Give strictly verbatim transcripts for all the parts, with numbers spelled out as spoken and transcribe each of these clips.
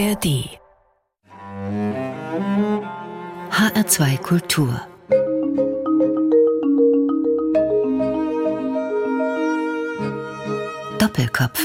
R D H R zwei Kultur Doppelkopf.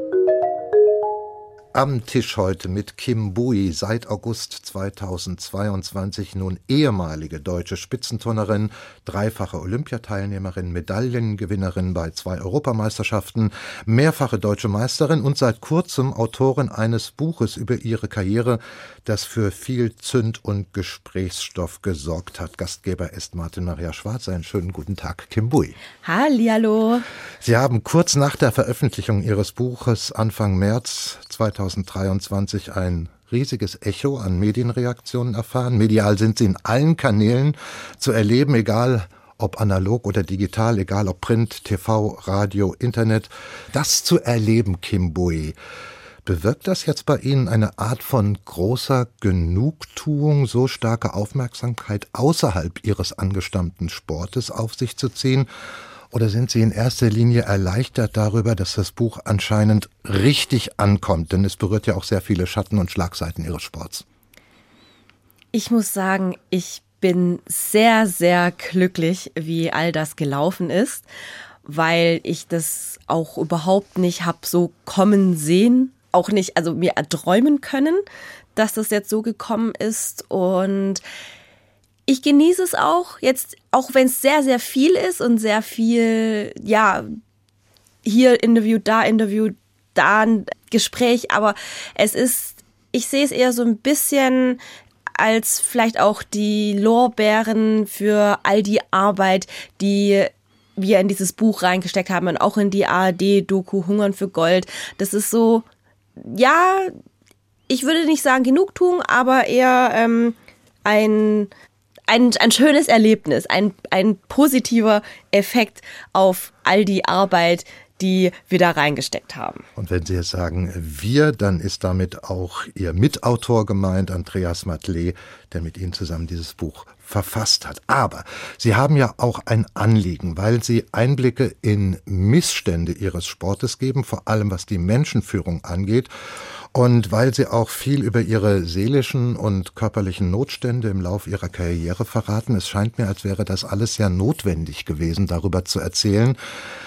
Am Tisch heute mit Kim Bui, seit August zweitausendzweiundzwanzig nun ehemalige deutsche Spitzenturnerin, dreifache Olympiateilnehmerin, Medaillengewinnerin bei zwei Europameisterschaften, mehrfache deutsche Meisterin und seit kurzem Autorin eines Buches über ihre Karriere, das für viel Zünd- und Gesprächsstoff gesorgt hat. Gastgeber ist Martin Maria Schwarz. Einen schönen guten Tag, Kim Bui. Hallihallo. Sie haben kurz nach der Veröffentlichung Ihres Buches Anfang März zweitausenddreiundzwanzig ein riesiges Echo an Medienreaktionen erfahren. Medial sind Sie in allen Kanälen zu erleben, egal ob analog oder digital, egal ob Print, T V, Radio, Internet. Das zu erleben, Kim Bui, bewirkt das jetzt bei Ihnen eine Art von großer Genugtuung, so starke Aufmerksamkeit außerhalb Ihres angestammten Sportes auf sich zu ziehen? Oder sind Sie in erster Linie erleichtert darüber, dass das Buch anscheinend richtig ankommt? Denn es berührt ja auch sehr viele Schatten- und Schlagseiten Ihres Sports. Ich muss sagen, ich bin sehr, sehr glücklich, wie all das gelaufen ist, weil ich das auch überhaupt nicht habe so kommen sehen, auch nicht, also mir erträumen können, dass das jetzt so gekommen ist. Und ich genieße es auch, jetzt, auch wenn es sehr, sehr viel ist und sehr viel, ja, hier Interview, da Interview, da ein Gespräch, aber es ist, ich sehe es eher so ein bisschen als vielleicht auch die Lorbeeren für all die Arbeit, die wir in dieses Buch reingesteckt haben und auch in die A R D-Doku Hungern für Gold. Das ist so, ja, ich würde nicht sagen Genugtuung, aber eher ähm, ein Ein, ein schönes Erlebnis, ein, ein positiver Effekt auf all die Arbeit, die wir da reingesteckt haben. Und wenn Sie jetzt sagen wir, dann ist damit auch Ihr Mitautor gemeint, Andreas Matlé, der mit Ihnen zusammen dieses Buch verfasst hat. Aber Sie haben ja auch ein Anliegen, weil Sie Einblicke in Missstände Ihres Sportes geben, vor allem was die Menschenführung angeht. Und weil Sie auch viel über Ihre seelischen und körperlichen Notstände im Lauf Ihrer Karriere verraten, es scheint mir, als wäre das alles ja notwendig gewesen, darüber zu erzählen.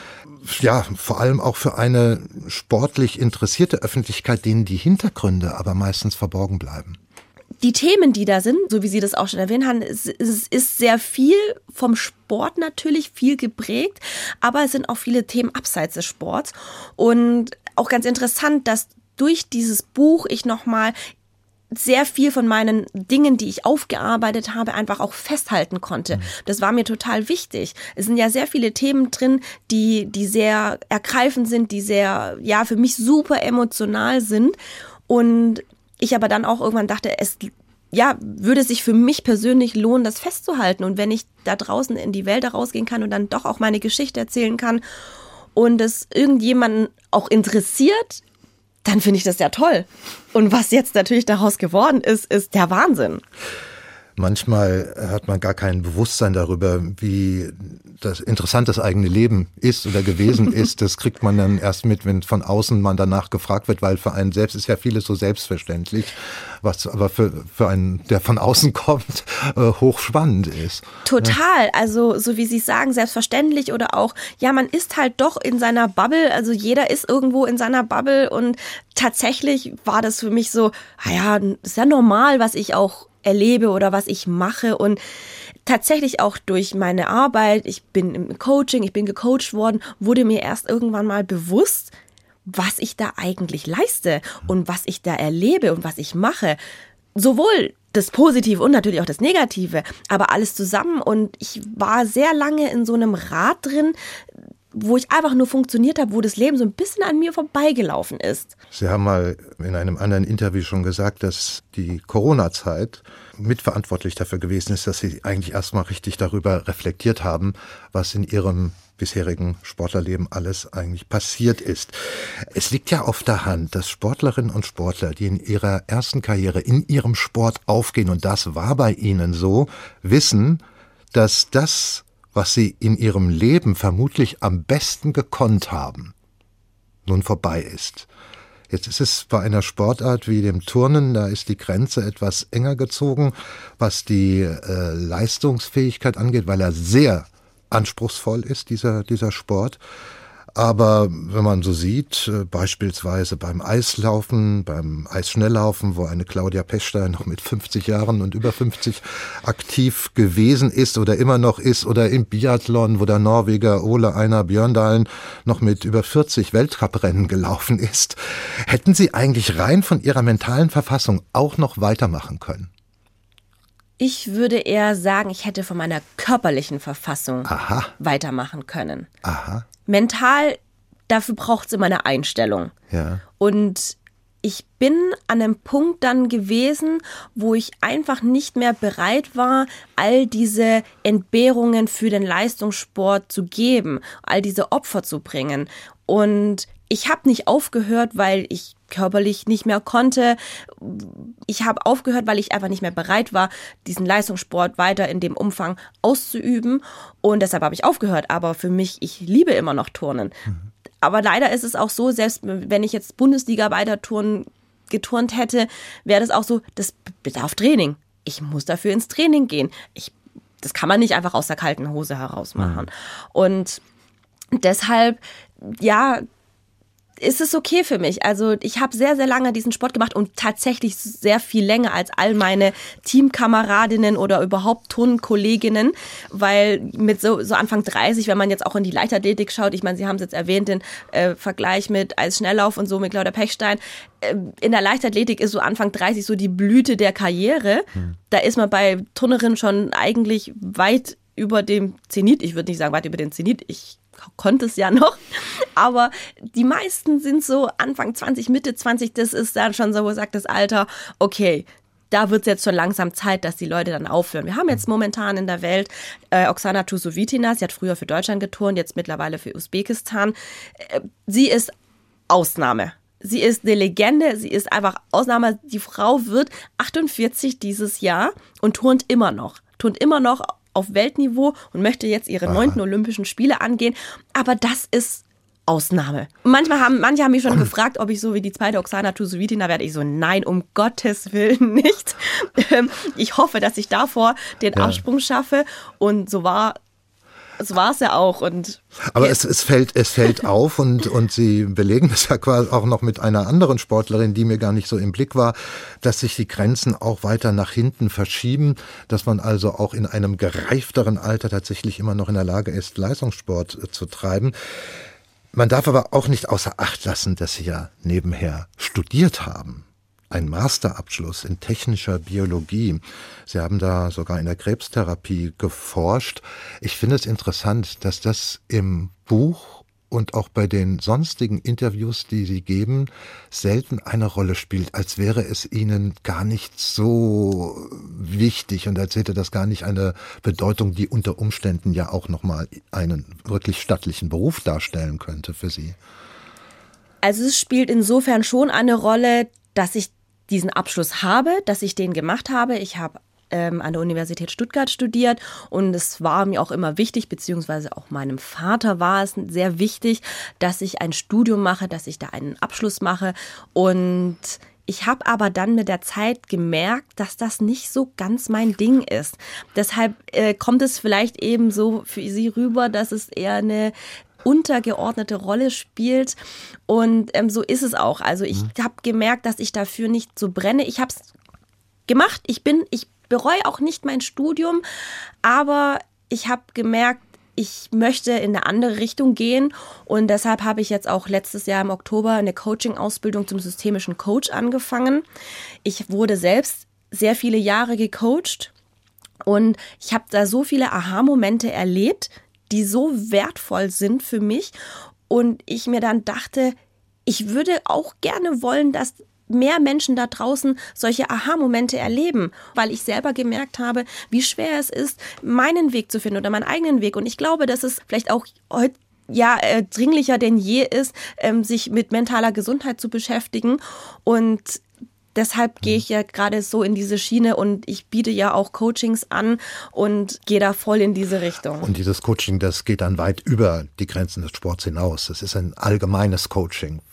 Ja, vor allem auch für eine sportlich interessierte Öffentlichkeit, denen die Hintergründe aber meistens verborgen bleiben. Die Themen, die da sind, so wie Sie das auch schon erwähnt haben, es ist sehr viel vom Sport natürlich, viel geprägt, aber es sind auch viele Themen abseits des Sports. Und auch ganz interessant, dass durch dieses Buch ich nochmal sehr viel von meinen Dingen, die ich aufgearbeitet habe, einfach auch festhalten konnte. Das war mir total wichtig. Es sind ja sehr viele Themen drin, die, die sehr ergreifend sind, die sehr, ja, für mich super emotional sind. Und ich aber dann auch irgendwann dachte, es, ja, würde sich für mich persönlich lohnen, das festzuhalten. Und wenn ich da draußen in die Welt rausgehen kann und dann doch auch meine Geschichte erzählen kann und es irgendjemanden auch interessiert, dann finde ich das ja toll. Und was jetzt natürlich daraus geworden ist, ist der Wahnsinn. Manchmal hat man gar kein Bewusstsein darüber, wie das interessant das eigene Leben ist oder gewesen ist. Das kriegt man dann erst mit, wenn von außen man danach gefragt wird, weil für einen selbst ist ja vieles so selbstverständlich, was aber für, für einen, der von außen kommt, hochspannend ist. Total, also so wie Sie sagen, selbstverständlich oder auch, ja, man ist halt doch in seiner Bubble, also jeder ist irgendwo in seiner Bubble und tatsächlich war das für mich so, naja, ist ja normal, was ich auch erlebe oder was ich mache und tatsächlich auch durch meine Arbeit, ich bin im Coaching, ich bin gecoacht worden, wurde mir erst irgendwann mal bewusst, was ich da eigentlich leiste und was ich da erlebe und was ich mache. Sowohl das Positive und natürlich auch das Negative, aber alles zusammen und ich war sehr lange in so einem Rad drin, wo ich einfach nur funktioniert habe, wo das Leben so ein bisschen an mir vorbeigelaufen ist. Sie haben mal in einem anderen Interview schon gesagt, dass die Corona-Zeit mitverantwortlich dafür gewesen ist, dass Sie eigentlich erstmal richtig darüber reflektiert haben, was in Ihrem bisherigen Sportlerleben alles eigentlich passiert ist. Es liegt ja auf der Hand, dass Sportlerinnen und Sportler, die in ihrer ersten Karriere in ihrem Sport aufgehen, und das war bei Ihnen so, wissen, dass das, was sie in ihrem Leben vermutlich am besten gekonnt haben, nun vorbei ist. Jetzt ist es bei einer Sportart wie dem Turnen, da ist die Grenze etwas enger gezogen, was die äh, Leistungsfähigkeit angeht, weil er sehr anspruchsvoll ist, dieser, dieser Sport. Aber wenn man so sieht, äh, beispielsweise beim Eislaufen, beim Eisschnelllaufen, wo eine Claudia Pechstein noch mit fünfzig Jahren und über fünfzig aktiv gewesen ist oder immer noch ist, oder im Biathlon, wo der Norweger Ole Einar Bjørndalen noch mit über vierzig Weltcuprennen gelaufen ist, hätten Sie eigentlich rein von Ihrer mentalen Verfassung auch noch weitermachen können? Ich würde eher sagen, ich hätte von meiner körperlichen Verfassung Aha. weitermachen können. Aha. Mental, dafür braucht es immer eine Einstellung. Ja. Und ich bin an einem Punkt dann gewesen, wo ich einfach nicht mehr bereit war, all diese Entbehrungen für den Leistungssport zu geben, all diese Opfer zu bringen. Und ich habe nicht aufgehört, weil ich körperlich nicht mehr konnte. Ich habe aufgehört, weil ich einfach nicht mehr bereit war, diesen Leistungssport weiter in dem Umfang auszuüben. Und deshalb habe ich aufgehört. Aber für mich, ich liebe immer noch Turnen. Mhm. Aber leider ist es auch so, selbst wenn ich jetzt Bundesliga weiter turnen, geturnt hätte, wäre das auch so, das bedarf Training. Ich muss dafür ins Training gehen. Ich, das kann man nicht einfach aus der kalten Hose heraus machen. Mhm. Und deshalb, ja, ist es okay für mich. Also ich habe sehr, sehr lange diesen Sport gemacht und tatsächlich sehr viel länger als all meine Teamkameradinnen oder überhaupt Turnkolleginnen, weil mit so, so Anfang dreißig, wenn man jetzt auch in die Leichtathletik schaut, ich meine, Sie haben es jetzt erwähnt, den äh, Vergleich mit Eisschnelllauf und so mit Claudia Pechstein, äh, in der Leichtathletik ist so Anfang dreißig so die Blüte der Karriere. Hm. Da ist man bei Turnerinnen schon eigentlich weit über dem Zenit, ich würde nicht sagen weit über den Zenit, ich konnte es ja noch, aber die meisten sind so Anfang zwanzig, Mitte zwanzig, das ist dann schon so, wo sagt das Alter, okay, da wird es jetzt schon langsam Zeit, dass die Leute dann aufhören. Wir haben jetzt momentan in der Welt äh, Oksana Tusovitina, sie hat früher für Deutschland geturnt, jetzt mittlerweile für Usbekistan. Äh, sie ist Ausnahme. Sie ist eine Legende, sie ist einfach Ausnahme. Die Frau wird achtundvierzig dieses Jahr und turnt immer noch, turnt immer noch auf Weltniveau und möchte jetzt ihre neunten Olympischen Spiele angehen. Aber das ist Ausnahme. Manchmal haben, manche haben mich schon gefragt, ob ich so wie die zweite Oksana Tusovitina werde. Ich so, nein, um Gottes Willen nicht. Ich hoffe, dass ich davor den ja. Absprung schaffe. Und so war So war es ja auch. Und Aber es, es, fällt, es fällt auf und, und Sie belegen das ja quasi auch noch mit einer anderen Sportlerin, die mir gar nicht so im Blick war, dass sich die Grenzen auch weiter nach hinten verschieben, dass man also auch in einem gereifteren Alter tatsächlich immer noch in der Lage ist, Leistungssport zu treiben. Man darf aber auch nicht außer Acht lassen, dass Sie ja nebenher studiert haben. Ein Masterabschluss in technischer Biologie. Sie haben da sogar in der Krebstherapie geforscht. Ich finde es interessant, dass das im Buch und auch bei den sonstigen Interviews, die Sie geben, selten eine Rolle spielt, als wäre es Ihnen gar nicht so wichtig und als hätte das gar nicht eine Bedeutung, die unter Umständen ja auch nochmal einen wirklich stattlichen Beruf darstellen könnte für Sie. Also es spielt insofern schon eine Rolle, dass ich diesen Abschluss habe, dass ich den gemacht habe. Ich habe ähm, an der Universität Stuttgart studiert und es war mir auch immer wichtig, beziehungsweise auch meinem Vater war es sehr wichtig, dass ich ein Studium mache, dass ich da einen Abschluss mache. Und ich habe aber dann mit der Zeit gemerkt, dass das nicht so ganz mein Ding ist. Deshalb äh, kommt es vielleicht eben so für Sie rüber, dass es eher eine untergeordnete Rolle spielt und ähm, so ist es auch. Also ich mhm. habe gemerkt, dass ich dafür nicht so brenne. Ich habe es gemacht. Ich bin, ich bereue auch nicht mein Studium, aber ich habe gemerkt, ich möchte in eine andere Richtung gehen und deshalb habe ich jetzt auch letztes Jahr im Oktober eine Coaching-Ausbildung zum systemischen Coach angefangen. Ich wurde selbst sehr viele Jahre gecoacht und ich habe da so viele Aha-Momente erlebt, die so wertvoll sind für mich und ich mir dann dachte, ich würde auch gerne wollen, dass mehr Menschen da draußen solche Aha-Momente erleben, weil ich selber gemerkt habe, wie schwer es ist, meinen Weg zu finden oder meinen eigenen Weg. Und ich glaube, dass es vielleicht auch heute ja äh, dringlicher denn je ist, ähm, sich mit mentaler Gesundheit zu beschäftigen. Und deshalb gehe ich ja gerade so in diese Schiene und ich biete ja auch Coachings an und gehe da voll in diese Richtung. Und dieses Coaching, das geht dann weit über die Grenzen des Sports hinaus. Das ist ein allgemeines Coaching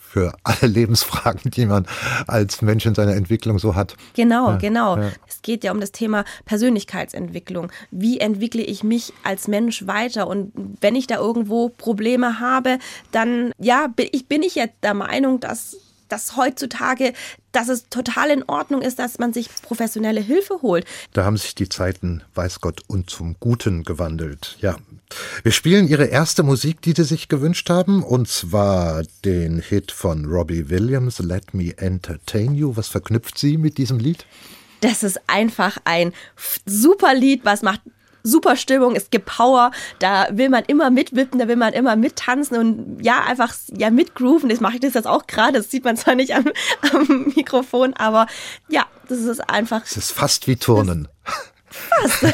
für alle Lebensfragen, die man als Mensch in seiner Entwicklung so hat. Genau, ja, genau. Ja. Es geht ja um das Thema Persönlichkeitsentwicklung. Wie entwickle ich mich als Mensch weiter? Und wenn ich da irgendwo Probleme habe, dann ja, bin ich, bin ich jetzt der Meinung, dass dass heutzutage, dass es total in Ordnung ist, dass man sich professionelle Hilfe holt. Da haben sich die Zeiten, weiß Gott, und zum Guten gewandelt. Ja, wir spielen Ihre erste Musik, die Sie sich gewünscht haben, und zwar den Hit von Robbie Williams, Let Me Entertain You. Was verknüpft Sie mit diesem Lied? Das ist einfach ein super Lied, was macht super Stimmung, es gibt Power, da will man immer mitwippen, da will man immer mittanzen und ja, einfach ja mitgrooven. Das mache ich das jetzt auch gerade, das sieht man zwar nicht am, am Mikrofon, aber ja, das ist einfach... Es ist fast wie Turnen. Fast.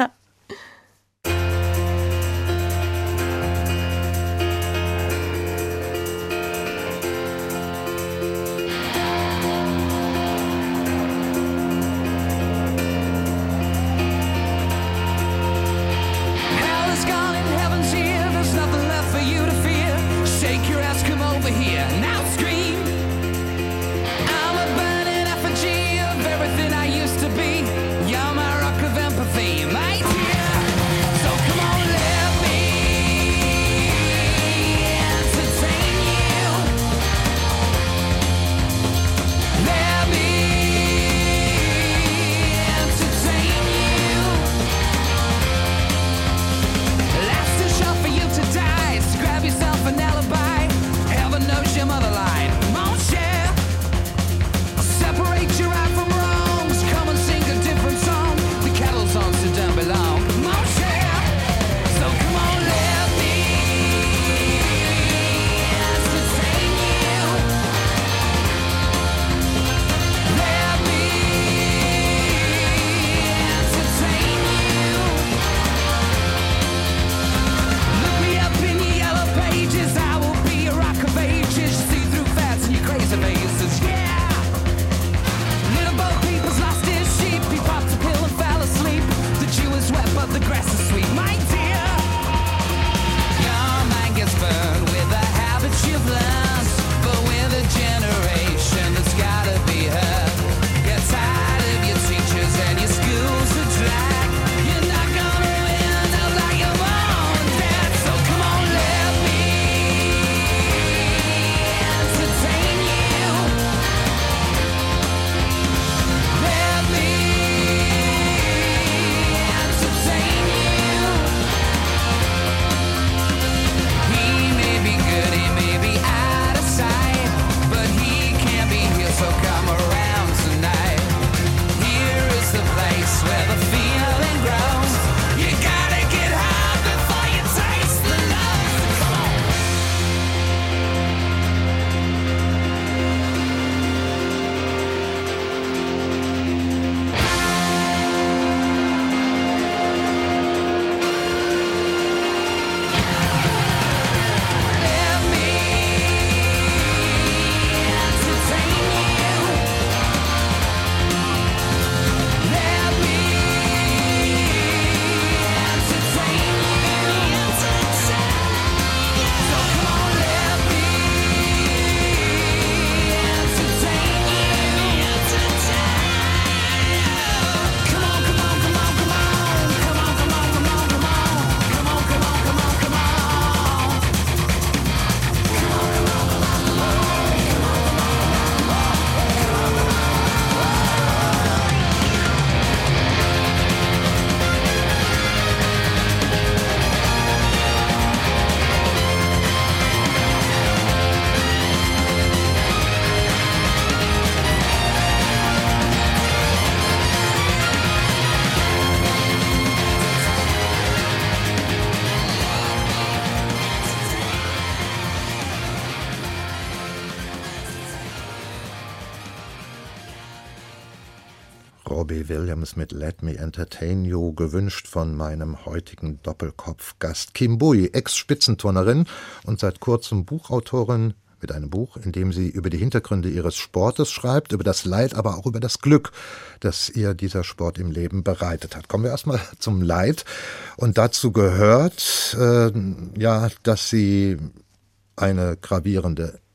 Robbie Williams mit Let Me Entertain You, gewünscht von meinem heutigen Doppelkopf-Gast Kim Bui, Ex-Spitzenturnerin und seit kurzem Buchautorin mit einem Buch, in dem sie über die Hintergründe ihres Sportes schreibt, über das Leid, aber auch über das Glück, das ihr dieser Sport im Leben bereitet hat. Kommen wir erstmal zum Leid. Und dazu gehört, äh, ja, dass sie eine gravierende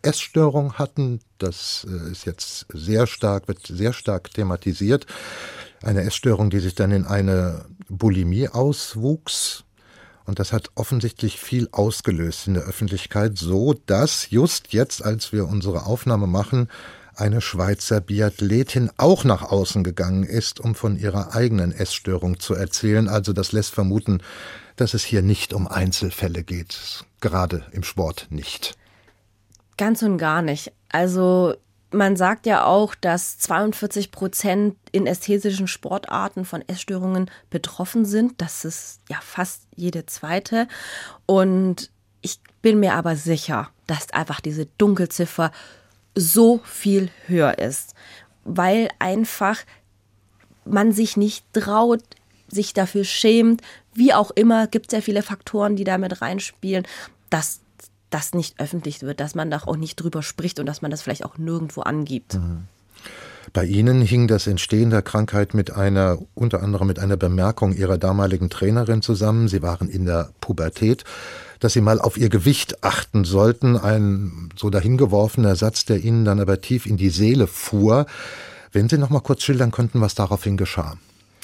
Essstörung hatten. Das ist jetzt sehr stark, wird sehr stark thematisiert. Eine Essstörung, die sich dann in eine Bulimie auswuchs. Und das hat offensichtlich viel ausgelöst in der Öffentlichkeit, so dass just jetzt, als wir unsere Aufnahme machen, eine Schweizer Biathletin auch nach außen gegangen ist, um von ihrer eigenen Essstörung zu erzählen. Also das lässt vermuten, dass es hier nicht um Einzelfälle geht, gerade im Sport nicht. Ganz und gar nicht. Also man sagt ja auch, dass zweiundvierzig Prozent in ästhetischen Sportarten von Essstörungen betroffen sind. Das ist ja fast jede zweite. Und ich bin mir aber sicher, dass einfach diese Dunkelziffer so viel höher ist, weil einfach man sich nicht traut, sich dafür schämt. Wie auch immer, gibt es ja viele Faktoren, die damit reinspielen, dass das nicht öffentlich wird, dass man da auch nicht drüber spricht und dass man das vielleicht auch nirgendwo angibt. Mhm. Bei Ihnen hing das Entstehen der Krankheit mit einer, unter anderem mit einer Bemerkung Ihrer damaligen Trainerin zusammen. Sie waren in der Pubertät, dass Sie mal auf Ihr Gewicht achten sollten. Ein so dahingeworfener Satz, der Ihnen dann aber tief in die Seele fuhr. Wenn Sie noch mal kurz schildern könnten, was daraufhin geschah.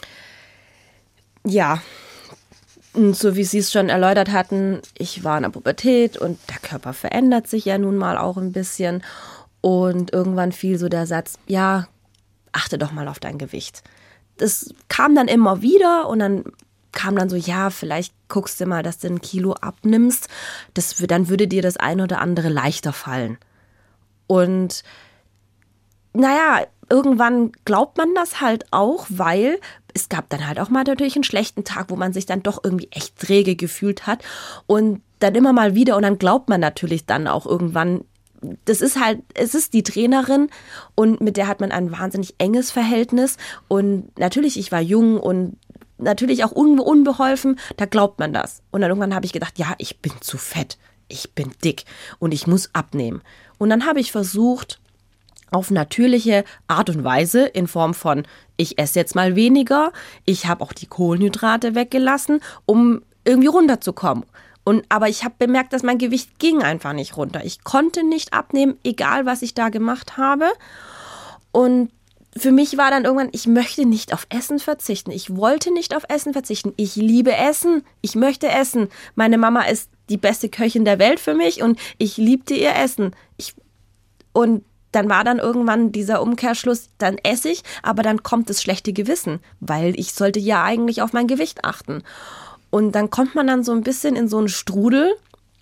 Ja, und so wie Sie es schon erläutert hatten, ich war in der Pubertät und der Körper verändert sich ja nun mal auch ein bisschen. Und irgendwann fiel so der Satz, ja, achte doch mal auf dein Gewicht. Das kam dann immer wieder und dann kam dann so, ja, vielleicht guckst du mal, dass du ein Kilo abnimmst. Das, dann würde dir das eine oder andere leichter fallen. Und naja, irgendwann glaubt man das halt auch, weil es gab dann halt auch mal natürlich einen schlechten Tag, wo man sich dann doch irgendwie echt träge gefühlt hat. Und dann immer mal wieder und dann glaubt man natürlich dann auch irgendwann, das ist halt, es ist die Trainerin und mit der hat man ein wahnsinnig enges Verhältnis. Und natürlich, ich war jung und natürlich auch unbe- unbeholfen, da glaubt man das. Und dann irgendwann habe ich gedacht, ja, ich bin zu fett, ich bin dick und ich muss abnehmen. Und dann habe ich versucht, auf natürliche Art und Weise in Form von, ich esse jetzt mal weniger, ich habe auch die Kohlenhydrate weggelassen, um irgendwie runterzukommen. Und, aber ich habe bemerkt, dass mein Gewicht ging einfach nicht runter. Ich konnte nicht abnehmen, egal was ich da gemacht habe. Und für mich war dann irgendwann, ich möchte nicht auf Essen verzichten. Ich wollte nicht auf Essen verzichten. Ich liebe Essen. Ich möchte essen. Meine Mama ist die beste Köchin der Welt für mich und ich liebte ihr Essen. Ich, und dann war dann irgendwann dieser Umkehrschluss, dann esse ich, aber dann kommt das schlechte Gewissen, weil ich sollte ja eigentlich auf mein Gewicht achten. Und dann kommt man dann so ein bisschen in so einen Strudel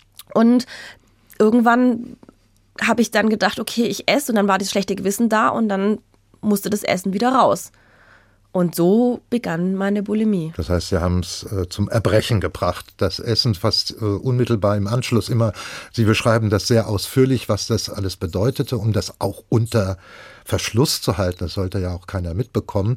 und irgendwann habe ich dann gedacht, okay, ich esse und dann war das schlechte Gewissen da und dann musste das Essen wieder raus. Und so begann meine Bulimie. Das heißt, Sie haben es äh, zum Erbrechen gebracht, das Essen fast äh, unmittelbar im Anschluss immer. Sie beschreiben das sehr ausführlich, was das alles bedeutete, um das auch unter Verschluss zu halten. Das sollte ja auch keiner mitbekommen.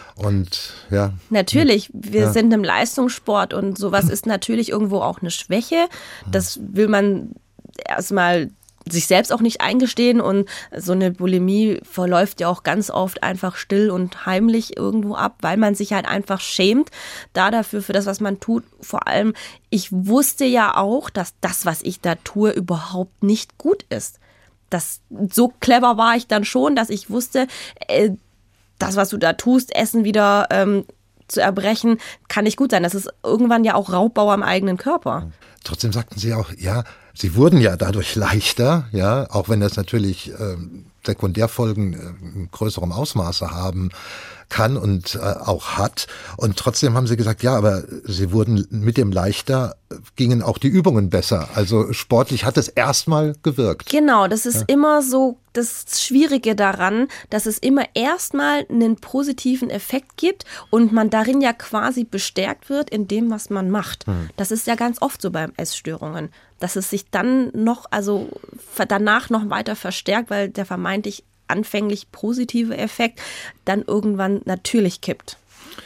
Und ja. Natürlich, wir ja. sind im Leistungssport und sowas ist natürlich irgendwo auch eine Schwäche. Das will man erstmal sich selbst auch nicht eingestehen und so eine Bulimie verläuft ja auch ganz oft einfach still und heimlich irgendwo ab, weil man sich halt einfach schämt da dafür, für das, was man tut. Vor allem, ich wusste ja auch, dass das, was ich da tue, überhaupt nicht gut ist. Das, so clever war ich dann schon, dass ich wusste, äh, das, was du da tust, Essen wieder ähm, zu erbrechen, kann nicht gut sein. Das ist irgendwann ja auch Raubbau am eigenen Körper. Trotzdem sagten Sie auch, ja, Sie wurden ja dadurch leichter, ja, auch wenn das natürlich ähm, Sekundärfolgen äh, in größerem Ausmaße haben kann und äh, auch hat. Und trotzdem haben Sie gesagt, ja, aber Sie wurden mit dem leichter, gingen auch die Übungen besser. Also sportlich hat es erstmal gewirkt. Genau, das ist ja immer so das Schwierige daran, dass es immer erstmal einen positiven Effekt gibt und man darin ja quasi bestärkt wird in dem, was man macht. Hm. Das ist ja ganz oft so bei Essstörungen, dass es sich dann noch, also danach noch weiter verstärkt, weil der vermeintlich anfänglich positive Effekt dann irgendwann natürlich kippt.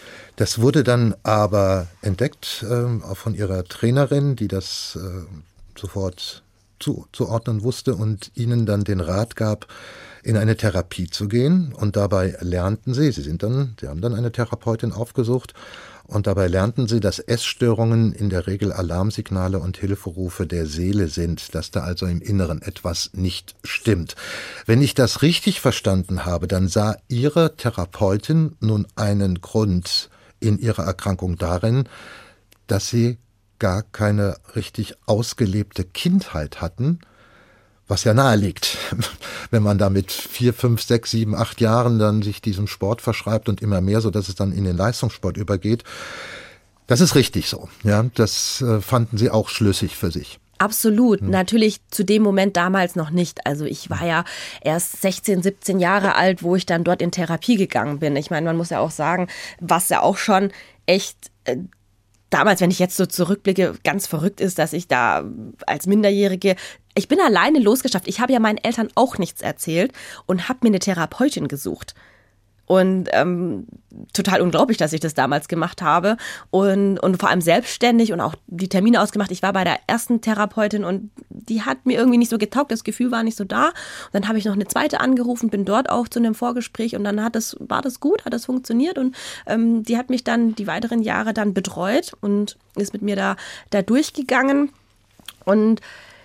Das wurde dann aber entdeckt, äh, auch von ihrer Trainerin, die das äh, sofort zuzuordnen wusste und ihnen dann den Rat gab, in eine Therapie zu gehen. Und dabei lernten sie, sie sind dann, sie haben dann eine Therapeutin aufgesucht Und dabei lernten sie, dass Essstörungen in der Regel Alarmsignale und Hilferufe der Seele sind, dass da also im Inneren etwas nicht stimmt. Wenn ich das richtig verstanden habe, dann sah Ihre Therapeutin nun einen Grund in ihrer Erkrankung darin, dass Sie gar keine richtig ausgelebte Kindheit hatten, was ja nahe liegt, wenn man da mit vier, fünf, sechs, sieben, acht Jahren dann sich diesem Sport verschreibt und immer mehr, so dass es dann in den Leistungssport übergeht. Das ist richtig so. Ja, das äh, fanden Sie auch schlüssig für sich. Absolut. Hm. Natürlich zu dem Moment damals noch nicht. Also ich war ja erst sechzehn, siebzehn Jahre alt, wo ich dann dort in Therapie gegangen bin. Ich meine, man muss ja auch sagen, was ja auch schon echt äh, damals, wenn ich jetzt so zurückblicke, ganz verrückt ist, dass ich da als Minderjährige, ich bin alleine losgeschafft. Ich habe ja meinen Eltern auch nichts erzählt und habe mir eine Therapeutin gesucht. Und ähm, total unglaublich, dass ich das damals gemacht habe und, und vor allem selbstständig und auch die Termine ausgemacht. Ich war bei der ersten Therapeutin und die hat mir irgendwie nicht so getaugt, das Gefühl war nicht so da. Und dann habe ich noch eine zweite angerufen, bin dort auch zu einem Vorgespräch und dann hat das, war das gut, hat das funktioniert und ähm, die hat mich dann die weiteren Jahre dann betreut und ist mit mir da, da durchgegangen. Und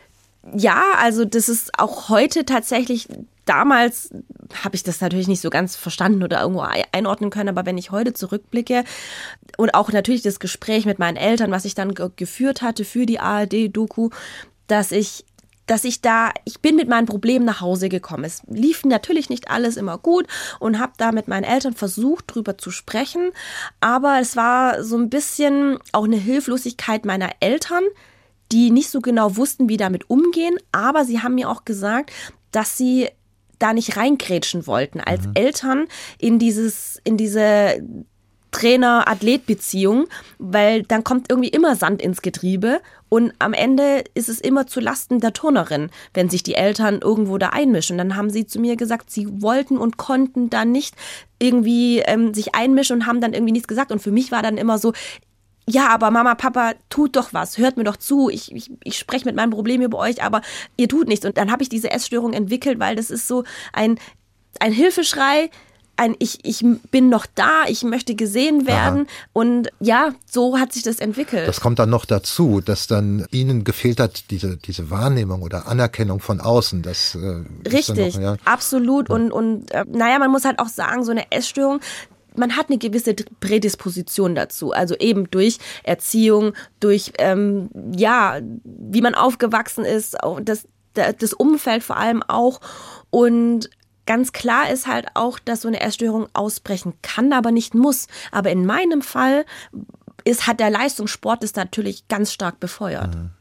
ja, also das ist auch heute tatsächlich, damals habe ich das natürlich nicht so ganz verstanden oder irgendwo einordnen können, aber wenn ich heute zurückblicke und auch natürlich das Gespräch mit meinen Eltern, was ich dann ge- geführt hatte für die A R D-Doku, dass ich dass ich da, ich bin mit meinen Problemen nach Hause gekommen. Es lief natürlich nicht alles immer gut und habe da mit meinen Eltern versucht, drüber zu sprechen, aber es war so ein bisschen auch eine Hilflosigkeit meiner Eltern, die nicht so genau wussten, wie damit umgehen, aber sie haben mir auch gesagt, dass sie da nicht reingrätschen wollten als mhm. Eltern in dieses, in diese Trainer-Athlet-Beziehung, weil dann kommt irgendwie immer Sand ins Getriebe und am Ende ist es immer zu Lasten der Turnerin, wenn sich die Eltern irgendwo da einmischen. Dann haben sie zu mir gesagt, sie wollten und konnten da nicht irgendwie ähm, sich einmischen und haben dann irgendwie nichts gesagt und für mich war dann immer so, ja, aber Mama, Papa, tut doch was, hört mir doch zu, ich, ich, ich spreche mit meinem Problem über euch, aber ihr tut nichts. Und dann habe ich diese Essstörung entwickelt, weil das ist so ein, ein Hilfeschrei, ein ich, ich bin noch da, ich möchte gesehen werden. Aha. Und ja, so hat sich das entwickelt. Das kommt dann noch dazu, dass dann Ihnen gefehlt hat, diese, diese Wahrnehmung oder Anerkennung von außen. Das, äh, Richtig, noch, ja. absolut. Und, und äh, naja, man muss halt auch sagen, so eine Essstörung, man hat eine gewisse Prädisposition dazu, also eben durch Erziehung, durch, ähm, ja, wie man aufgewachsen ist, das, das Umfeld vor allem auch. Und ganz klar ist halt auch, dass so eine Essstörung ausbrechen kann, aber nicht muss. Aber in meinem Fall ist, hat der Leistungssport das natürlich ganz stark befeuert. Mhm.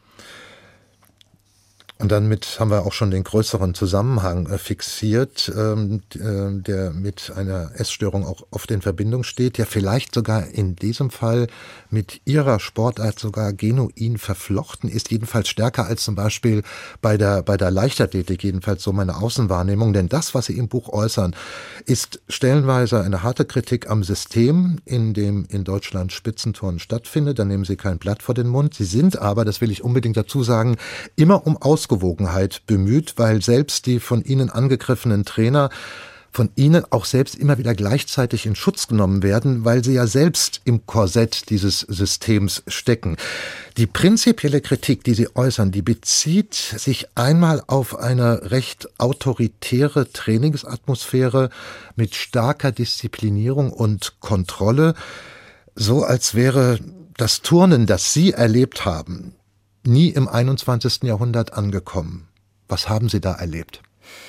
Und damit haben wir auch schon den größeren Zusammenhang äh, fixiert, ähm, äh, der mit einer Essstörung auch oft in Verbindung steht, der vielleicht sogar in diesem Fall mit Ihrer Sportart sogar genuin verflochten ist, jedenfalls stärker als zum Beispiel bei der, bei der Leichtathletik, jedenfalls so meine Außenwahrnehmung. Denn das, was Sie im Buch äußern, ist stellenweise eine harte Kritik am System, in dem in Deutschland Spitzenturnen stattfindet. Da nehmen Sie kein Blatt vor den Mund. Sie sind aber, das will ich unbedingt dazu sagen, immer um Ausgewogenheit bemüht, weil selbst die von Ihnen angegriffenen Trainer von Ihnen auch selbst immer wieder gleichzeitig in Schutz genommen werden, weil sie ja selbst im Korsett dieses Systems stecken. Die prinzipielle Kritik, die Sie äußern, die bezieht sich einmal auf eine recht autoritäre Trainingsatmosphäre mit starker Disziplinierung und Kontrolle, so als wäre das Turnen, das Sie erlebt haben, nie im einundzwanzigsten Jahrhundert angekommen. Was haben Sie da erlebt?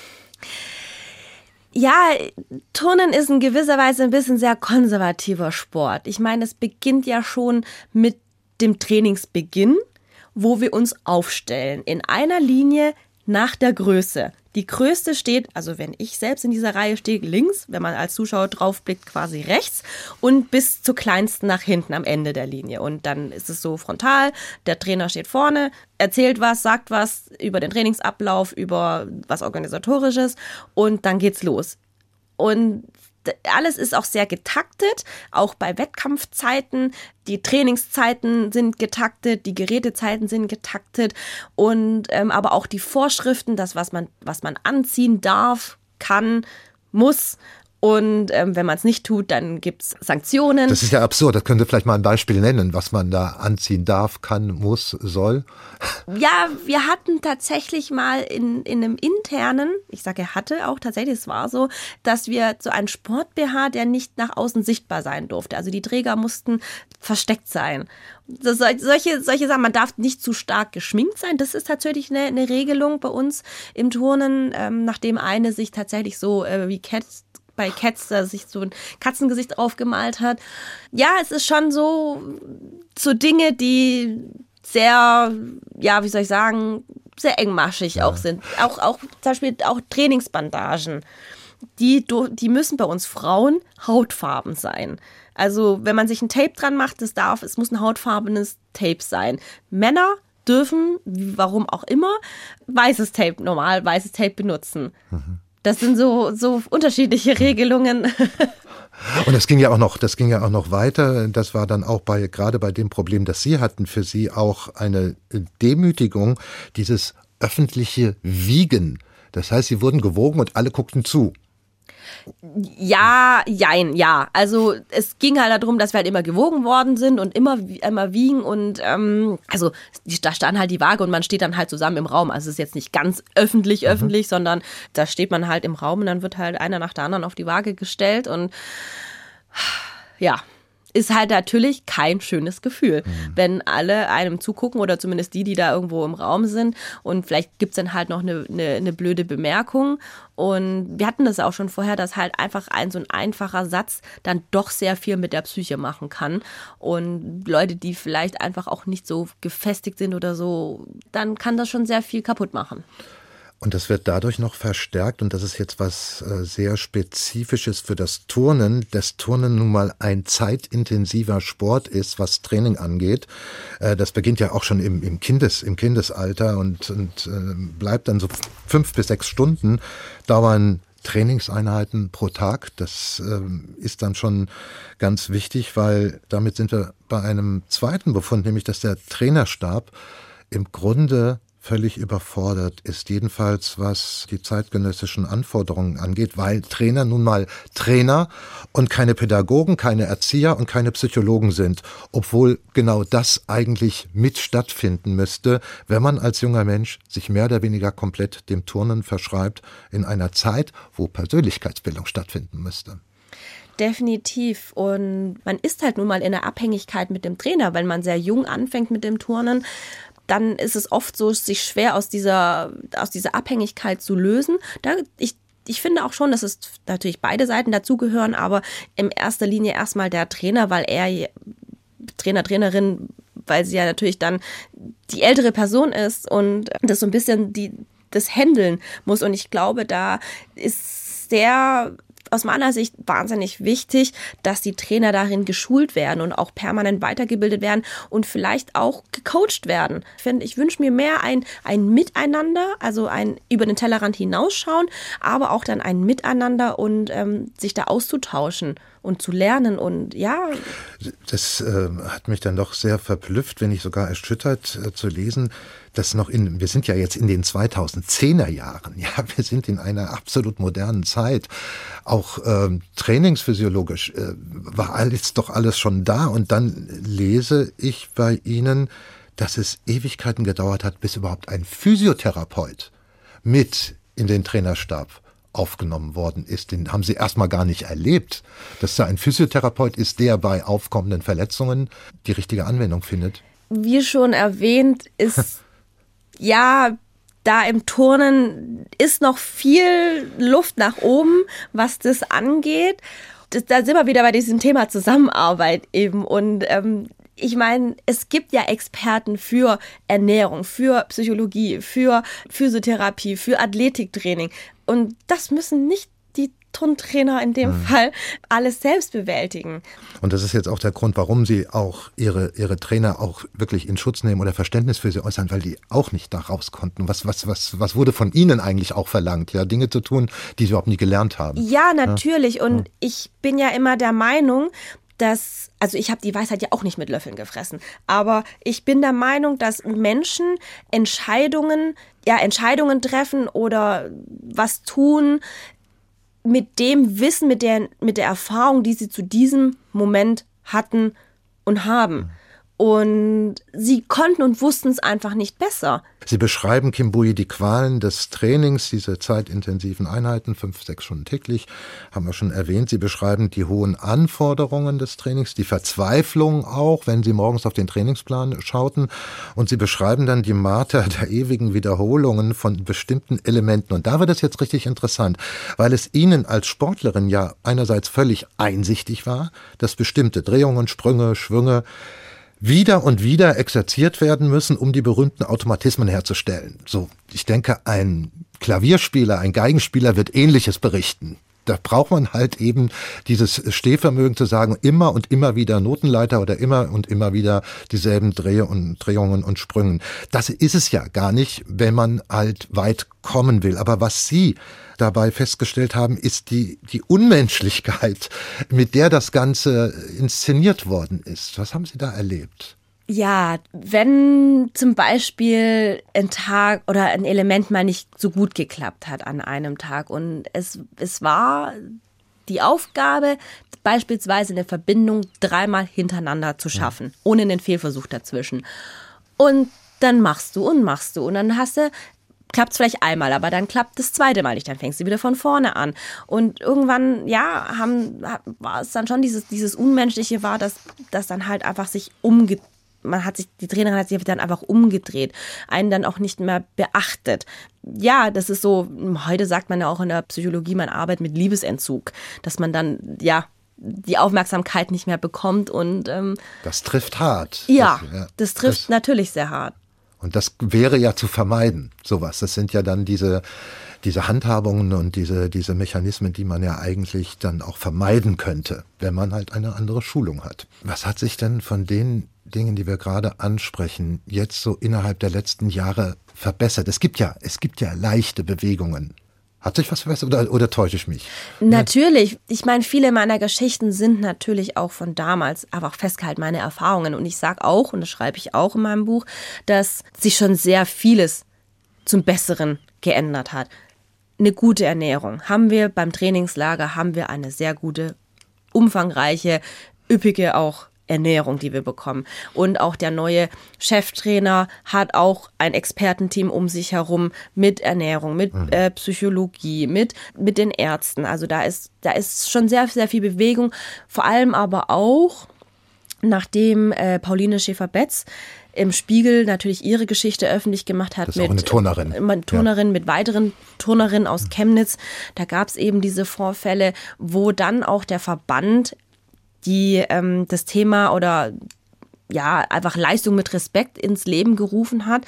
Ja, Turnen ist in gewisser Weise ein bisschen sehr konservativer Sport. Ich meine, es beginnt ja schon mit dem Trainingsbeginn, wo wir uns aufstellen. In einer Linie nach der Größe. Die größte steht, also wenn ich selbst in dieser Reihe stehe, links, wenn man als Zuschauer draufblickt, quasi rechts und bis zur kleinsten nach hinten am Ende der Linie. Und dann ist es so frontal, der Trainer steht vorne, erzählt was, sagt was über den Trainingsablauf, über was Organisatorisches und dann geht's los. Und alles ist auch sehr getaktet, auch bei Wettkampfzeiten. Die Trainingszeiten sind getaktet, die Gerätezeiten sind getaktet und ähm, aber auch die Vorschriften, das was man was man anziehen darf, kann, muss Und ähm, wenn man es nicht tut, dann gibt es Sanktionen. Das ist ja absurd. Das können Sie vielleicht mal ein Beispiel nennen, was man da anziehen darf, kann, muss, soll. Ja, wir hatten tatsächlich mal in, in einem internen, ich sage hatte auch tatsächlich, es war so, dass wir so einen Sport-B H, der nicht nach außen sichtbar sein durfte. Also die Träger mussten versteckt sein. Das, solche, solche Sachen, man darf nicht zu stark geschminkt sein. Das ist tatsächlich eine, eine Regelung bei uns im Turnen, ähm, nachdem eine sich tatsächlich so äh, wie Cats bei Cats, da sich so ein Katzengesicht drauf gemalt hat. Ja, es ist schon so, so Dinge, die sehr, ja, wie soll ich sagen, sehr engmaschig ja. auch sind. Auch, auch zum Beispiel auch Trainingsbandagen. Die, die müssen bei uns Frauen hautfarben sein. Also wenn man sich ein Tape dran macht, das darf, es muss ein hautfarbenes Tape sein. Männer dürfen, warum auch immer, weißes Tape, normal weißes Tape benutzen. Mhm. Das sind so, so unterschiedliche Regelungen. Und das ging ja auch noch, das ging ja auch noch weiter. Das war dann auch bei, gerade bei dem Problem, das Sie hatten, für Sie auch eine Demütigung, dieses öffentliche Wiegen. Das heißt, Sie wurden gewogen und alle guckten zu. Ja, jein, ja. Also es ging halt darum, dass wir halt immer gewogen worden sind und immer, immer wiegen und ähm, also da stand halt die Waage und man steht dann halt zusammen im Raum. Also es ist jetzt nicht ganz öffentlich, mhm. öffentlich, sondern da steht man halt im Raum und dann wird halt einer nach der anderen auf die Waage gestellt und ja, ist halt natürlich kein schönes Gefühl, mhm. wenn alle einem zugucken oder zumindest die, die da irgendwo im Raum sind und vielleicht gibt's dann halt noch eine, eine, eine blöde Bemerkung und wir hatten das auch schon vorher, dass halt einfach ein so ein einfacher Satz dann doch sehr viel mit der Psyche machen kann und Leute, die vielleicht einfach auch nicht so gefestigt sind oder so, dann kann das schon sehr viel kaputt machen. Und das wird dadurch noch verstärkt, und das ist jetzt was äh, sehr Spezifisches für das Turnen, dass Turnen nun mal ein zeitintensiver Sport ist, was Training angeht. Äh, das beginnt ja auch schon im, im, Kindes, im Kindesalter und, und äh, bleibt dann so fünf bis sechs Stunden dauern Trainingseinheiten pro Tag. Das äh, ist dann schon ganz wichtig, weil damit sind wir bei einem zweiten Befund, nämlich dass der Trainerstab im Grunde völlig überfordert ist, jedenfalls was die zeitgenössischen Anforderungen angeht, weil Trainer nun mal Trainer und keine Pädagogen, keine Erzieher und keine Psychologen sind, obwohl genau das eigentlich mit stattfinden müsste, wenn man als junger Mensch sich mehr oder weniger komplett dem Turnen verschreibt, in einer Zeit, wo Persönlichkeitsbildung stattfinden müsste. Definitiv. Und man ist halt nun mal in der Abhängigkeit mit dem Trainer, wenn man sehr jung anfängt mit dem Turnen. Dann ist es oft so, sich schwer aus dieser, aus dieser Abhängigkeit zu lösen. Da, ich, ich finde auch schon, dass es natürlich beide Seiten dazugehören, aber in erster Linie erstmal der Trainer, weil er, Trainer, Trainerin, weil sie ja natürlich dann die ältere Person ist und das so ein bisschen die, das handeln muss. Und ich glaube, da ist sehr aus meiner Sicht wahnsinnig wichtig, dass die Trainer darin geschult werden und auch permanent weitergebildet werden und vielleicht auch gecoacht werden. Ich finde, ich wünsche mir mehr ein, ein Miteinander, also ein über den Tellerrand hinausschauen, aber auch dann ein Miteinander und ähm, sich da auszutauschen und zu lernen und ja. Das äh, hat mich dann doch sehr verblüfft, wenn nicht sogar erschüttert äh, zu lesen, dass noch in, wir sind ja jetzt in den zweitausendzehner Jahren, ja, wir sind in einer absolut modernen Zeit. Auch ähm, trainingsphysiologisch äh, war alles doch alles schon da und dann lese ich bei Ihnen, dass es Ewigkeiten gedauert hat, bis überhaupt ein Physiotherapeut mit in den Trainerstab aufgenommen worden ist. Den haben Sie erstmal gar nicht erlebt, dass da ein Physiotherapeut ist, der bei aufkommenden Verletzungen die richtige Anwendung findet. Wie schon erwähnt, ist ja, da im Turnen ist noch viel Luft nach oben, was das angeht. Das, da sind wir wieder bei diesem Thema Zusammenarbeit eben. Und ähm, ich meine, es gibt ja Experten für Ernährung, für Psychologie, für Physiotherapie, für Athletiktraining. Und das müssen nicht die Turntrainer in dem mhm. Fall alles selbst bewältigen. Und das ist jetzt auch der Grund, warum Sie auch Ihre, Ihre Trainer auch wirklich in Schutz nehmen oder Verständnis für sie äußern, weil die auch nicht da raus konnten. Was, was, was, was wurde von Ihnen eigentlich auch verlangt? Ja, Dinge zu tun, die Sie überhaupt nie gelernt haben. Ja, natürlich. Ja. Und ja. ich bin ja immer der Meinung, dass, also ich habe die Weisheit ja auch nicht mit Löffeln gefressen, aber ich bin der Meinung, dass Menschen Entscheidungen, ja, Entscheidungen treffen oder was tun, mit dem Wissen, mit der, mit der Erfahrung, die sie zu diesem Moment hatten und haben. Und sie konnten und wussten es einfach nicht besser. Sie beschreiben, Kim Bouy, die Qualen des Trainings, diese zeitintensiven Einheiten, fünf, sechs Stunden täglich, haben wir schon erwähnt. Sie beschreiben die hohen Anforderungen des Trainings, die Verzweiflung auch, wenn Sie morgens auf den Trainingsplan schauten. Und Sie beschreiben dann die Marter der ewigen Wiederholungen von bestimmten Elementen. Und da wird es jetzt richtig interessant, weil es Ihnen als Sportlerin ja einerseits völlig einsichtig war, dass bestimmte Drehungen, Sprünge, Schwünge wieder und wieder exerziert werden müssen, um die berühmten Automatismen herzustellen. So, ich denke, ein Klavierspieler, ein Geigenspieler wird Ähnliches berichten. Da braucht man halt eben dieses Stehvermögen zu sagen, immer und immer wieder Notenleiter oder immer und immer wieder dieselben Dreh- und Drehungen und Sprüngen. Das ist es ja gar nicht, wenn man halt weit kommen will. Aber was Sie dabei festgestellt haben, ist die, die Unmenschlichkeit, mit der das Ganze inszeniert worden ist. Was haben Sie da erlebt? Ja, wenn zum Beispiel ein Tag oder ein Element mal nicht so gut geklappt hat an einem Tag und es, es war die Aufgabe, beispielsweise eine Verbindung dreimal hintereinander zu schaffen, ja, ohne einen Fehlversuch dazwischen. Und dann machst du und machst du und dann hast du klappt es vielleicht einmal, aber dann klappt das zweite Mal nicht, dann fängst du wieder von vorne an. Und irgendwann, ja, haben, war es dann schon dieses, dieses Unmenschliche war, dass das dann halt einfach sich umgedreht, man hat sich, die Trainerin hat sich dann einfach umgedreht, einen dann auch nicht mehr beachtet. Ja, das ist so, heute sagt man ja auch in der Psychologie, man arbeitet mit Liebesentzug, dass man dann, ja, die Aufmerksamkeit nicht mehr bekommt und ähm, das trifft hart. Ja, das, ja, das trifft das, natürlich sehr hart. Und das wäre ja zu vermeiden, sowas. Das sind ja dann diese, diese Handhabungen und diese, diese Mechanismen, die man ja eigentlich dann auch vermeiden könnte, wenn man halt eine andere Schulung hat. Was hat sich denn von den Dingen, die wir gerade ansprechen, jetzt so innerhalb der letzten Jahre verbessert? Es gibt ja, es gibt ja leichte Bewegungen. Hat sich was verbessert oder, oder täusche ich mich? Natürlich. Ich meine, viele meiner Geschichten sind natürlich auch von damals, aber auch festgehalten, meine Erfahrungen. Und ich sage auch, und das schreibe ich auch in meinem Buch, dass sich schon sehr vieles zum Besseren geändert hat. Eine gute Ernährung haben wir beim Trainingslager, haben wir eine sehr gute, umfangreiche, üppige auch Ernährung, die wir bekommen. Und auch der neue Cheftrainer hat auch ein Expertenteam um sich herum mit Ernährung, mit mhm. äh, Psychologie, mit, mit den Ärzten. Also da ist, da ist schon sehr, sehr viel Bewegung. Vor allem aber auch, nachdem äh, Pauline Schäfer-Betz im Spiegel natürlich ihre Geschichte öffentlich gemacht hat. Das ist mit auch eine Turnerin. Äh, Turnerin ja. mit weiteren Turnerinnen aus Chemnitz. Da gab es eben diese Vorfälle, wo dann auch der Verband die ähm, das Thema oder ja einfach Leistung mit Respekt ins Leben gerufen hat,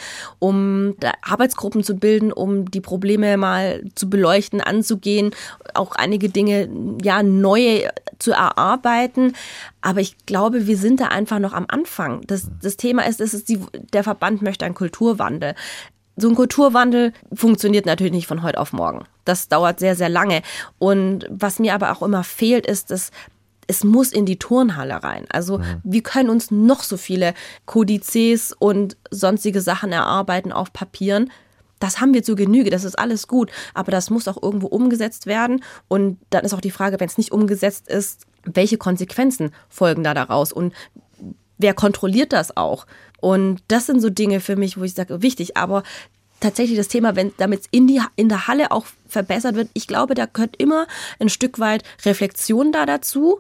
um Arbeitsgruppen zu bilden, um die Probleme mal zu beleuchten, anzugehen, auch einige Dinge ja neu zu erarbeiten. Aber ich glaube, wir sind da einfach noch am Anfang. Das, das Thema ist, das ist die, der Verband möchte einen Kulturwandel. So ein Kulturwandel funktioniert natürlich nicht von heute auf morgen. Das dauert sehr, sehr lange. Und was mir aber auch immer fehlt, ist, dass es muss in die Turnhalle rein. Also mhm. wir können uns noch so viele Kodizes und sonstige Sachen erarbeiten auf Papieren. Das haben wir zu Genüge, das ist alles gut. Aber das muss auch irgendwo umgesetzt werden. Und dann ist auch die Frage, wenn es nicht umgesetzt ist, welche Konsequenzen folgen da daraus? Und wer kontrolliert das auch? Und das sind so Dinge für mich, wo ich sage, wichtig. Aber tatsächlich das Thema, wenn damit es in, die, in der Halle auch verbessert wird, ich glaube, da gehört immer ein Stück weit Reflexion da dazu,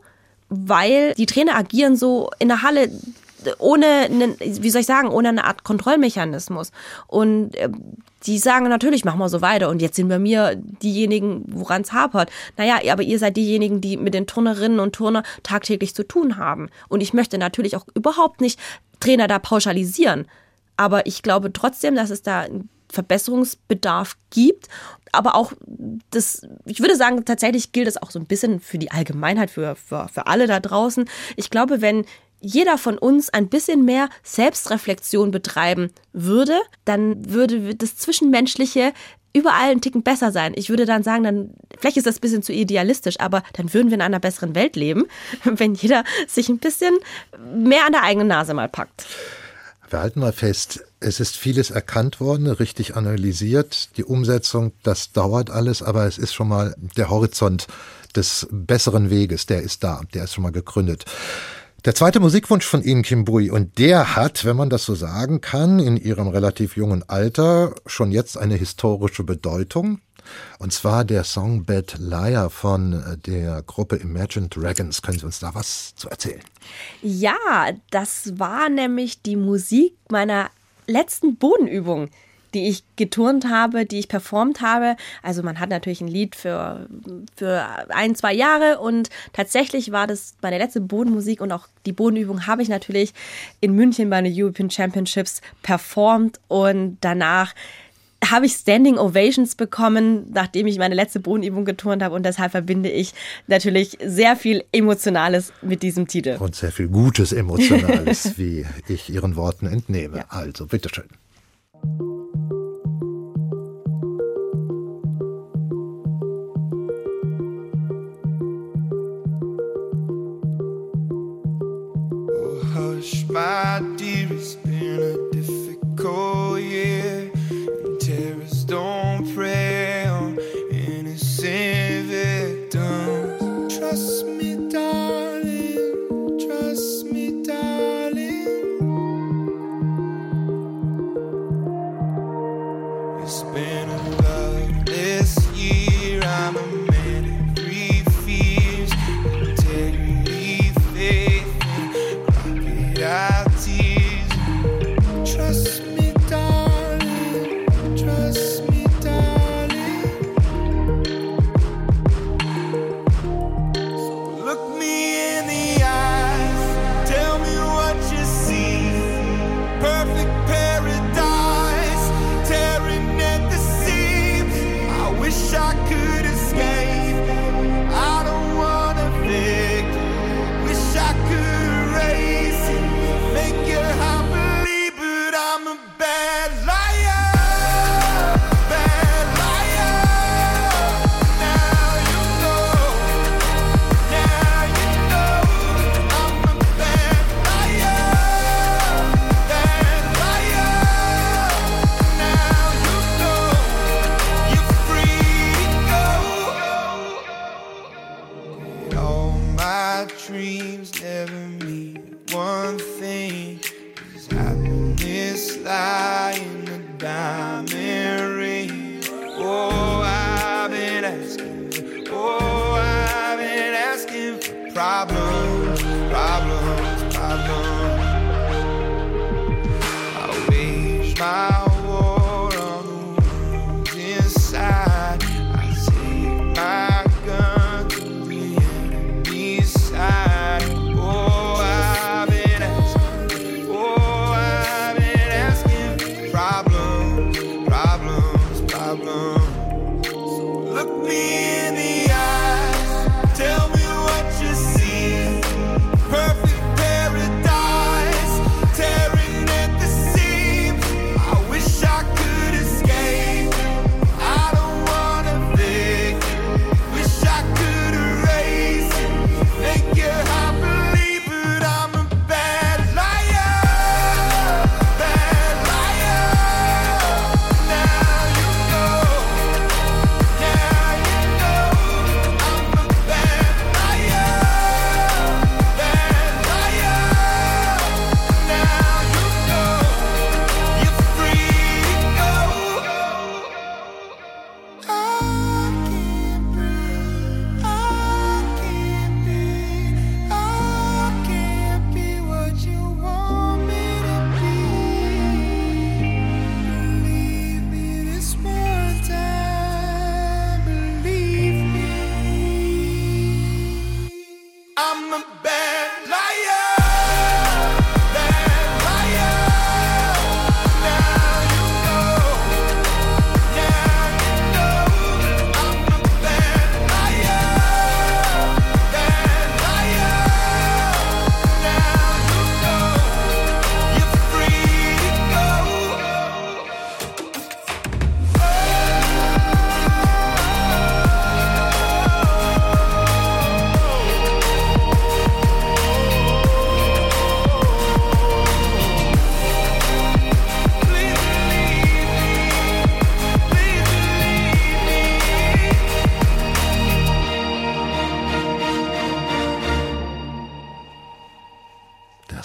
weil die Trainer agieren so in der Halle ohne, einen, wie soll ich sagen, ohne eine Art Kontrollmechanismus. Und äh, die sagen natürlich, machen wir so weiter. Und jetzt sind bei mir diejenigen, woran es hapert. Naja, aber ihr seid diejenigen, die mit den Turnerinnen und Turner tagtäglich zu tun haben. Und ich möchte natürlich auch überhaupt nicht Trainer da pauschalisieren. Aber ich glaube trotzdem, dass es da einen Verbesserungsbedarf gibt. Aber auch das, ich würde sagen, tatsächlich gilt es auch so ein bisschen für die Allgemeinheit, für, für, für alle da draußen. Ich glaube, wenn jeder von uns ein bisschen mehr Selbstreflexion betreiben würde, dann würde das Zwischenmenschliche überall einen Ticken besser sein. Ich würde dann sagen, dann vielleicht ist das ein bisschen zu idealistisch, aber dann würden wir in einer besseren Welt leben, wenn jeder sich ein bisschen mehr an der eigenen Nase mal packt. Wir halten mal fest, es ist vieles erkannt worden, richtig analysiert. Die Umsetzung, das dauert alles, aber es ist schon mal der Horizont des besseren Weges, der ist da, der ist schon mal gegründet. Der zweite Musikwunsch von Ihnen, Kim Bui, und der hat, wenn man das so sagen kann, in Ihrem relativ jungen Alter schon jetzt eine historische Bedeutung. Und zwar der Song Bad Liar von der Gruppe Imagine Dragons. Können Sie uns da was zu erzählen? Ja, das war nämlich die Musik meiner letzten Bodenübung, die ich geturnt habe, die ich performt habe. Also man hat natürlich ein Lied für, für ein, zwei Jahre und tatsächlich war das meine letzte Bodenmusik und auch die Bodenübung habe ich natürlich in München bei den European Championships performt und danach habe ich Standing Ovations bekommen, nachdem ich meine letzte Bodenübung geturnt habe und deshalb verbinde ich natürlich sehr viel Emotionales mit diesem Titel. Und sehr viel Gutes Emotionales, wie ich Ihren Worten entnehme. Ja. Also, bitteschön. Oh, hush, my dear, it's been a difficult year. Terrorists don't prey on innocent victims. Trust me, darling, trust me, darling. It's been a loveless year. I'm a man of three fears: integrity, faith, and crocodile tears. Trust me. Look me in the eyes, tell me what you see.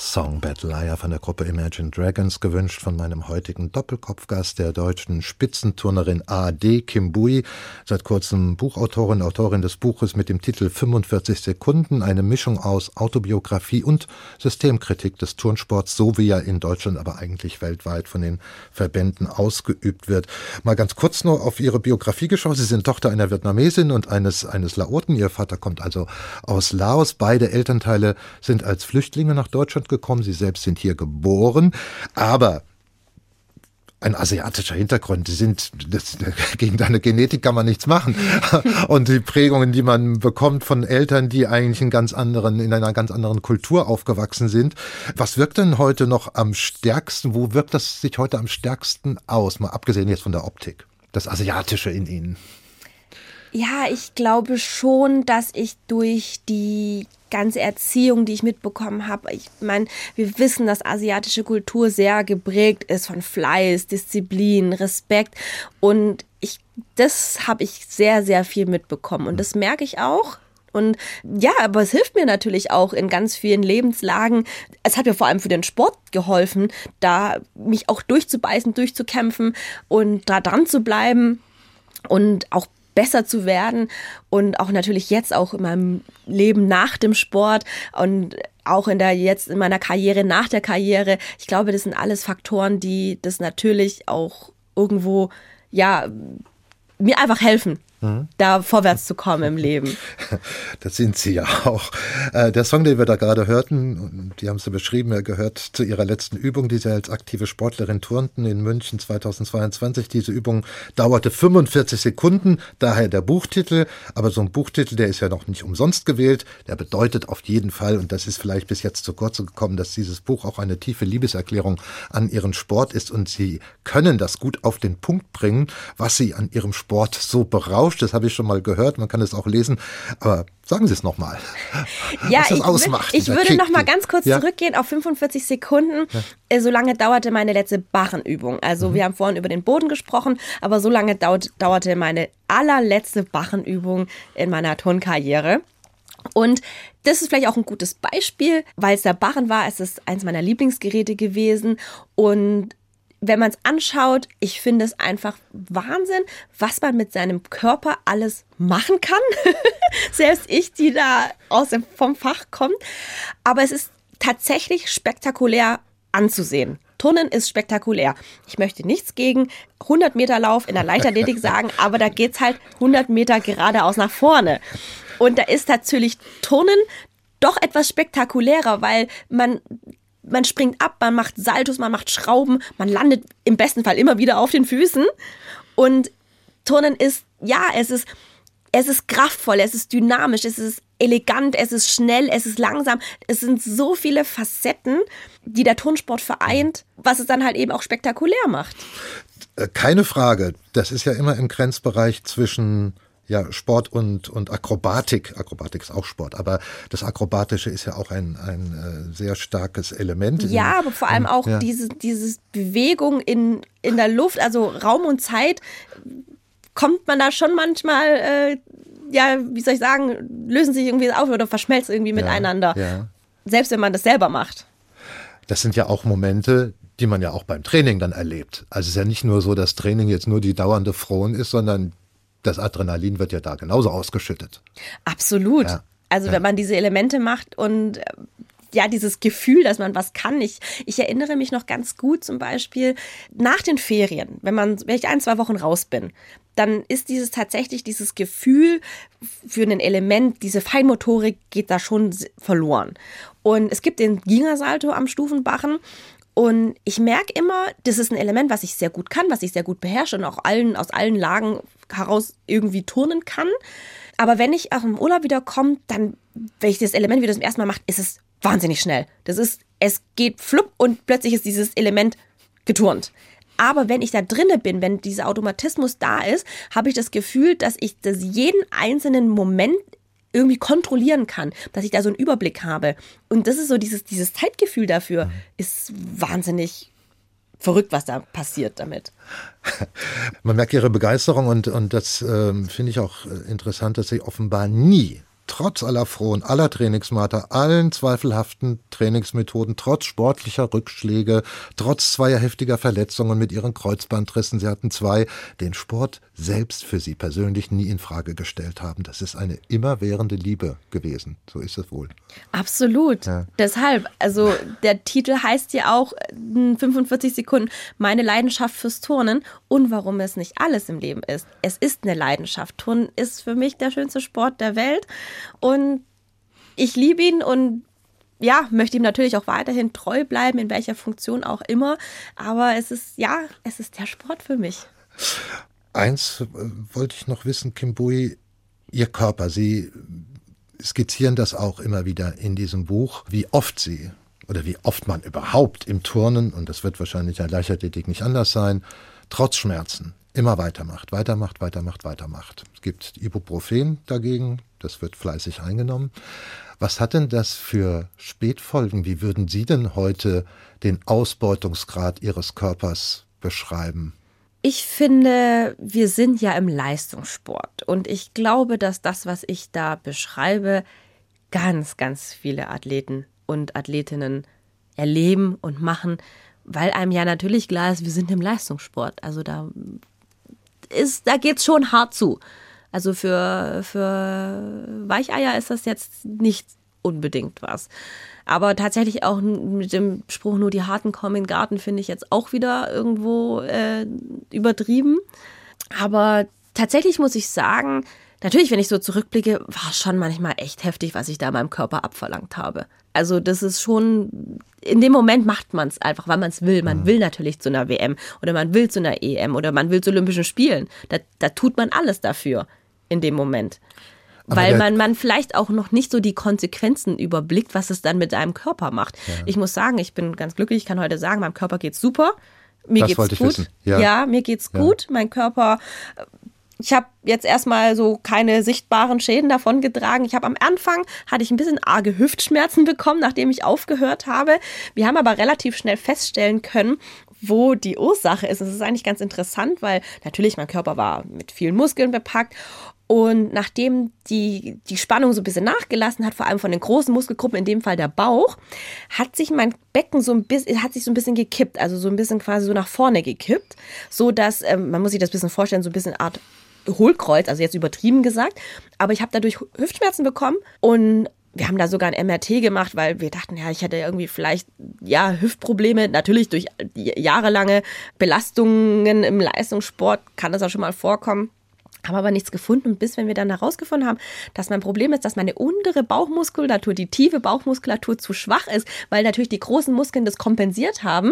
Song Bad Liar von der Gruppe Imagine Dragons, gewünscht von meinem heutigen Doppelkopfgast, der deutschen Spitzenturnerin A D Kim Bui, seit kurzem Buchautorin, Autorin des Buches mit dem Titel fünfundvierzig Sekunden, eine Mischung aus Autobiografie und Systemkritik des Turnsports, so wie er in Deutschland, aber eigentlich weltweit von den Verbänden ausgeübt wird. Mal ganz kurz nur auf Ihre Biografie geschaut. Sie sind Tochter einer Vietnamesin und eines, eines Laoten. Ihr Vater kommt also aus Laos. Beide Elternteile sind als Flüchtlinge nach Deutschland gekommen. Sie selbst sind hier geboren. Aber ein asiatischer Hintergrund, die sind, das, gegen deine Genetik kann man nichts machen. Und die Prägungen, die man bekommt von Eltern, die eigentlich in ganz anderen, in einer ganz anderen Kultur aufgewachsen sind. Was wirkt denn heute noch am stärksten? Wo wirkt das sich heute am stärksten aus? Mal abgesehen jetzt von der Optik. Das Asiatische in Ihnen. Ja, ich glaube schon, dass ich durch die ganze Erziehung, die ich mitbekommen habe, ich meine, wir wissen, dass asiatische Kultur sehr geprägt ist von Fleiß, Disziplin, Respekt und ich, das habe ich sehr, sehr viel mitbekommen und das merke ich auch. Und ja, aber es hilft mir natürlich auch in ganz vielen Lebenslagen. Es hat mir vor allem für den Sport geholfen, da mich auch durchzubeißen, durchzukämpfen und da dran zu bleiben und auch besser zu werden und auch natürlich jetzt auch in meinem Leben nach dem Sport und auch in der jetzt in meiner Karriere nach der Karriere. Ich glaube, das sind alles Faktoren, die das natürlich auch irgendwo, ja, mir einfach helfen, mhm. da vorwärts zu kommen im Leben. Das sind Sie ja auch. Der Song, den wir da gerade hörten, die haben Sie beschrieben, er gehört zu Ihrer letzten Übung, die Sie als aktive Sportlerin turnten in München zweitausendzweiundzwanzig. Diese Übung dauerte fünfundvierzig Sekunden, daher der Buchtitel. Aber so ein Buchtitel, der ist ja noch nicht umsonst gewählt. Der bedeutet auf jeden Fall, und das ist vielleicht bis jetzt zu kurz gekommen, dass dieses Buch auch eine tiefe Liebeserklärung an Ihren Sport ist. Und Sie können das gut auf den Punkt bringen, was Sie an Ihrem Sport so berauscht. Das habe ich schon mal gehört, man kann es auch lesen. Aber sagen Sie es nochmal, ja, was das ich ausmacht. Will, ich würde noch mal ganz kurz ja? zurückgehen auf fünfundvierzig Sekunden. Ja. So lange dauerte meine letzte Barrenübung. Also mhm. wir haben vorhin über den Boden gesprochen, aber so lange dauert, dauerte meine allerletzte Barrenübung in meiner Turnkarriere. Und das ist vielleicht auch ein gutes Beispiel, weil es der Barren war. Es ist eins meiner Lieblingsgeräte gewesen und wenn man es anschaut, ich finde es einfach Wahnsinn, was man mit seinem Körper alles machen kann. Selbst ich, die da aus dem, vom Fach kommt. Aber es ist tatsächlich spektakulär anzusehen. Turnen ist spektakulär. Ich möchte nichts gegen hundert Meter Lauf in der Leichtathletik sagen, aber da geht's halt hundert Meter geradeaus nach vorne. Und da ist natürlich Turnen doch etwas spektakulärer, weil man... Man springt ab, man macht Saltos, man macht Schrauben, man landet im besten Fall immer wieder auf den Füßen. Und Turnen ist, ja, es ist, es ist kraftvoll, es ist dynamisch, es ist elegant, es ist schnell, es ist langsam. Es sind so viele Facetten, die der Turnsport vereint, was es dann halt eben auch spektakulär macht. Keine Frage. Das ist ja immer im Grenzbereich zwischen... Ja, Sport und, und Akrobatik. Akrobatik ist auch Sport, aber das Akrobatische ist ja auch ein, ein äh, sehr starkes Element. Ja, aber vor allem auch ja. diese, diese Bewegung in, in der Luft, also Raum und Zeit, kommt man da schon manchmal, äh, ja, wie soll ich sagen, lösen sich irgendwie auf oder verschmelzen irgendwie miteinander. Ja, ja. Selbst wenn man das selber macht. Das sind ja auch Momente, die man ja auch beim Training dann erlebt. Also es ist ja nicht nur so, dass Training jetzt nur die dauernde Frohn ist, sondern das Adrenalin wird ja da genauso ausgeschüttet. Absolut. Ja. Also ja. wenn man diese Elemente macht und ja, dieses Gefühl, dass man was kann. Ich, ich erinnere mich noch ganz gut zum Beispiel nach den Ferien, wenn man, wenn ich ein, zwei Wochen raus bin, dann ist dieses tatsächlich dieses Gefühl für ein Element, diese Feinmotorik geht da schon verloren. Und es gibt den Gingersalto am Stufenbarren. Und ich merke immer, das ist ein Element, was ich sehr gut kann, was ich sehr gut beherrsche und auch allen, aus allen Lagen heraus irgendwie turnen kann. Aber wenn ich auch im Urlaub wieder komme, dann, wenn ich das Element wieder zum ersten Mal mache, ist es wahnsinnig schnell. Das ist, es geht flupp und plötzlich ist dieses Element geturnt. Aber wenn ich da drinne bin, wenn dieser Automatismus da ist, habe ich das Gefühl, dass ich das jeden einzelnen Moment irgendwie kontrollieren kann, dass ich da so einen Überblick habe. Und das ist so dieses, dieses Zeitgefühl dafür, mhm. ist wahnsinnig verrückt, was da passiert damit. Man merkt Ihre Begeisterung und, und das ähm, finde ich auch interessant, dass Sie offenbar nie trotz aller Frohen, aller Trainingsmater, allen zweifelhaften Trainingsmethoden, trotz sportlicher Rückschläge, trotz zweier heftiger Verletzungen mit ihren Kreuzbandrissen, sie hatten zwei, den Sport selbst für sie persönlich nie in Frage gestellt haben. Das ist eine immerwährende Liebe gewesen. So ist es wohl. Absolut. Ja. Deshalb, also der Titel heißt ja auch fünfundvierzig Sekunden, meine Leidenschaft fürs Turnen und warum es nicht alles im Leben ist. Es ist eine Leidenschaft. Turnen ist für mich der schönste Sport der Welt und ich liebe ihn und ja, möchte ihm natürlich auch weiterhin treu bleiben, in welcher Funktion auch immer, aber es ist, ja, es ist der Sport für mich. Eins wollte ich noch wissen, Kim Bui, Ihr Körper, Sie skizzieren das auch immer wieder in diesem Buch, wie oft Sie oder wie oft man überhaupt im Turnen, und das wird wahrscheinlich in Leichtathletik nicht anders sein, trotz Schmerzen immer weitermacht, weitermacht, weitermacht, weitermacht. Es gibt Ibuprofen dagegen, das wird fleißig eingenommen. Was hat denn das für Spätfolgen? Wie würden Sie denn heute den Ausbeutungsgrad Ihres Körpers beschreiben? Ich finde, wir sind ja im Leistungssport und ich glaube, dass das, was ich da beschreibe, ganz, ganz viele Athleten und Athletinnen erleben und machen, weil einem ja natürlich klar ist, wir sind im Leistungssport. Also da ist, da geht's schon hart zu. Also für, für Weicheier ist das jetzt nicht unbedingt was. Aber tatsächlich auch mit dem Spruch, nur die Harten kommen in den Garten, finde ich jetzt auch wieder irgendwo äh, übertrieben. Aber tatsächlich muss ich sagen, natürlich, wenn ich so zurückblicke, war es schon manchmal echt heftig, was ich da meinem Körper abverlangt habe. Also das ist schon, in dem Moment macht man es einfach, weil man es will. Man will natürlich zu einer W M oder man will zu einer E M oder man will zu Olympischen Spielen. Da, da tut man alles dafür in dem Moment. Aber weil man, man vielleicht auch noch nicht so die Konsequenzen überblickt, was es dann mit einem Körper macht. Ja. Ich muss sagen, ich bin ganz glücklich, ich kann heute sagen, meinem Körper geht's super. Mir das geht's gut. Ja. ja, mir geht's ja. gut. Mein Körper, ich habe jetzt erstmal so keine sichtbaren Schäden davon getragen. Ich habe am Anfang, hatte ich ein bisschen arge Hüftschmerzen bekommen, nachdem ich aufgehört habe. Wir haben aber relativ schnell feststellen können, wo die Ursache ist. Das ist eigentlich ganz interessant, weil natürlich mein Körper war mit vielen Muskeln bepackt. Und nachdem die, die Spannung so ein bisschen nachgelassen hat, vor allem von den großen Muskelgruppen, in dem Fall der Bauch, hat sich mein Becken so ein bisschen, hat sich so ein bisschen gekippt, also so ein bisschen quasi so nach vorne gekippt, so dass, ähm, man muss sich das ein bisschen vorstellen, so ein bisschen Art Hohlkreuz, also jetzt übertrieben gesagt, aber ich habe dadurch Hüftschmerzen bekommen und wir haben da sogar ein M R T gemacht, weil wir dachten, ja, ich hätte irgendwie vielleicht, ja, Hüftprobleme. Natürlich durch jahrelange Belastungen im Leistungssport kann das auch schon mal vorkommen. Haben aber nichts gefunden, bis wenn wir dann herausgefunden haben, dass mein Problem ist, dass meine untere Bauchmuskulatur, die tiefe Bauchmuskulatur zu schwach ist, weil natürlich die großen Muskeln das kompensiert haben,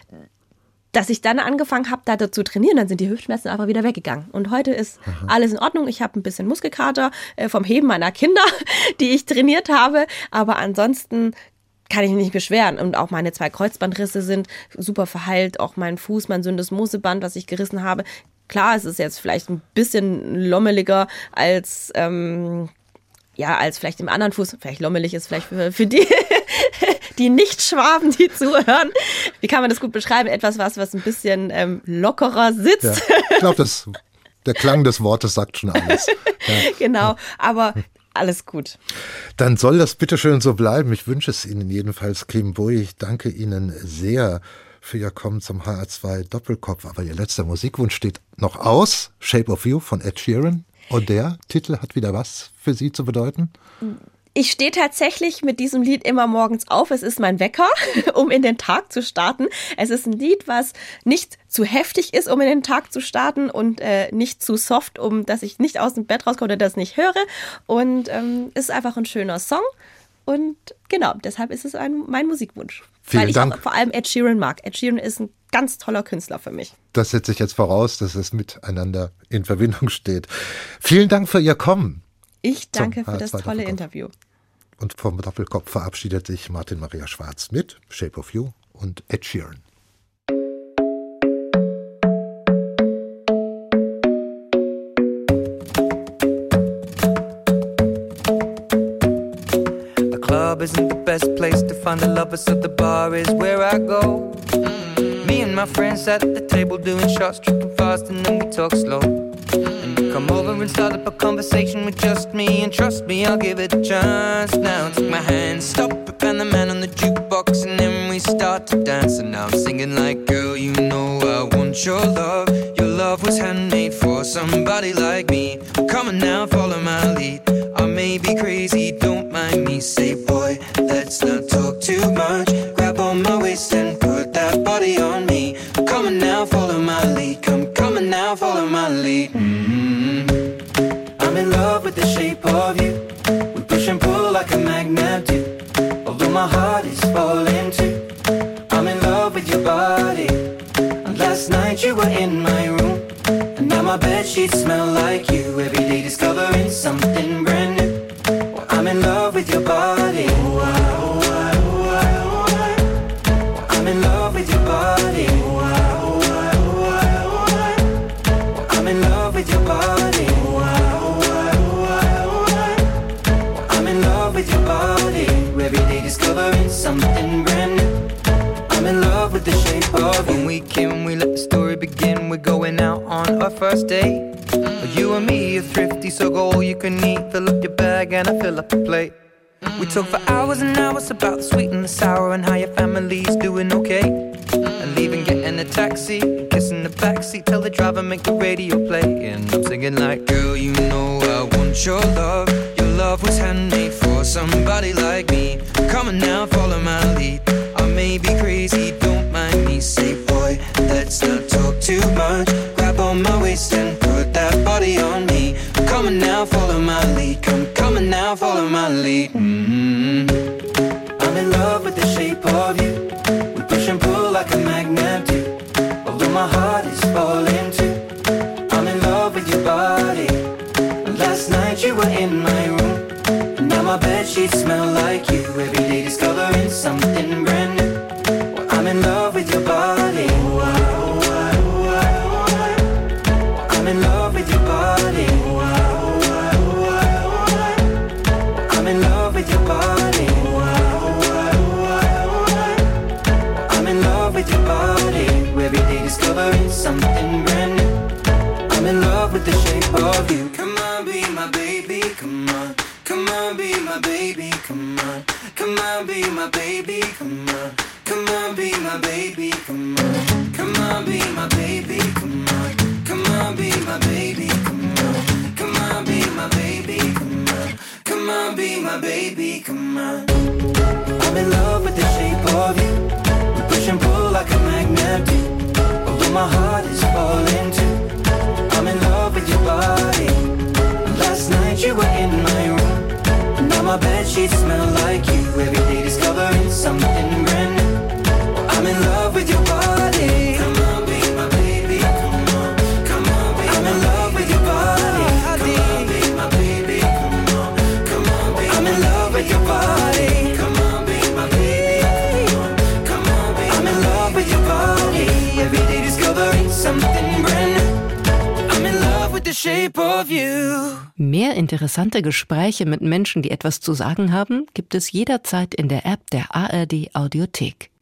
dass ich dann angefangen habe, da zu trainieren, dann sind die Hüftschmerzen einfach wieder weggegangen. Und heute ist Aha. alles in Ordnung. Ich habe ein bisschen Muskelkater äh, vom Heben meiner Kinder, die ich trainiert habe, aber ansonsten kann ich mich nicht beschweren. Und auch meine zwei Kreuzbandrisse sind super verheilt, auch mein Fuß, mein Syndesmoseband, was ich gerissen habe. Klar, es ist jetzt vielleicht ein bisschen lommeliger als, ähm, ja, als vielleicht im anderen Fuß. Vielleicht lommelig ist vielleicht für, für die, die Nicht-Schwaben, die zuhören. Wie kann man das gut beschreiben? Etwas, was, was ein bisschen ähm, lockerer sitzt. Ja, ich glaube, der Klang des Wortes sagt schon alles. Ja. Genau, aber alles gut. Dann soll das bitteschön so bleiben. Ich wünsche es Ihnen jedenfalls, Kim Bui. Ich danke Ihnen sehr für Ihr Kommen zum H R zwei Doppelkopf. Aber Ihr letzter Musikwunsch steht noch aus. Shape of You von Ed Sheeran. Und der Titel hat wieder was für Sie zu bedeuten? Ich stehe tatsächlich mit diesem Lied immer morgens auf. Es ist mein Wecker, um in den Tag zu starten. Es ist ein Lied, was nicht zu heftig ist, um in den Tag zu starten und äh, nicht zu soft, um dass ich nicht aus dem Bett rauskomme oder das nicht höre. Und ähm, ist einfach ein schöner Song. Und genau, deshalb ist es ein, mein Musikwunsch. Vielen Weil ich Dank. auch vor allem Ed Sheeran mag. Ed Sheeran ist ein ganz toller Künstler für mich. Das setze ich jetzt voraus, dass es miteinander in Verbindung steht. Vielen Dank für Ihr Kommen. Ich danke für das tolle Interview. Und vom Doppelkopf verabschiedet sich Martin Maria Schwarz mit Shape of You und Ed Sheeran. The club isn't the best place to find the lovers, so the bar is where I go. Me and my friends at the table doing shots, tripping fast, and then we talk slow. And Come over and start up a conversation with just me, and trust me, I'll give it a chance. Now take my hand, stop it, and the man on the jukebox, and then we start to dance. And now I'm singing like, girl, you know I want your love. Your love was handmade for somebody like me. Come on now, follow my lead. I may be crazy, don't mind me. Say, boy, let's not talk too much. Grab on my waist and put that body on me. Come on now, follow my lead. Come, come on now, follow my lead. Mm-hmm. I'm in love with the shape of you. We push and pull like a magnet do. Although my heart is falling too. I'm in love with your body. And last night you were in my room. And now my bedsheets smell like you. Every day discovering something brand new. Well, I'm in love with your body. Oh, I, oh, I, oh, I, oh, I. Well, I'm in love with your body. Oh, I, oh, I, oh, I, oh, I. Well, I'm in love with your body. Oh, I, oh, I, oh, I, oh, I. Well, I'm in love with your body. Every day discovering something brand new. I'm in love with the shape of you. When we came, we let the story begin. We're going out on our first date. Mm. You and me are thrifty, so go all you can eat. Fill up your bag and I fill up the plate. Mm. We talk for hours and hours about the sweet and the sour and how your family's doing okay. Mm. And leaving, getting a taxi, kissing the backseat, tell the driver make the radio play. And I'm singing like, girl, you know I want your love. Your love was handmade for somebody like me. Come on now, follow my lead. I may be crazy, don't mind me. Say, boy, let's not talk too much. Grab on my waist and put that body on me. Come on now, follow my lead. Come, come on now, follow my lead. Mm-hmm. I'm in love with the shape of you. We push and pull like a magnet do. Although my heart is falling too. I'm in love with your body. Last night you were in my room. And now my bedsheets smell like you. Every day discovering something brand new. Well, I'm in love with your body. Oh, I, oh, I, oh, I, oh, I. Well, I'm in love with your body. Oh, I, oh, I, oh, I, oh, I. Well, I'm in love with your body. Oh, I, oh, I, oh, I, oh, I. Well, I'm in love with your body. Every day discovering something brand new. I'm in love with the shape of you. Come on, be my baby, come on. Come on, be my baby, come on. Come on, be my baby, come on. Come on, be my baby, come on. Come on, be my baby, come on. Come on, be my baby, come on. Come on, be my baby, come on. Come on, be my baby, come on. I'm in love with the shape of you. We push and pull like a magnet do. Although my heart is falling too. I'm in love with your body. Last night you were in my room. Now my bedsheets smell like you. Every day discovering something brand new. I'm in love with your body. Come on, be my baby. Come on, come on, be I'm in love with your body. Come on, be my baby. Come on, come on, be I'm in love with your body. Come on, be my baby. Come on, come on, be I'm in love with your body. Every day discovering something brand new. I'm in love with the shape of you. Mehr interessante Gespräche mit Menschen, die etwas zu sagen haben, gibt es jederzeit in der App der A R D Audiothek.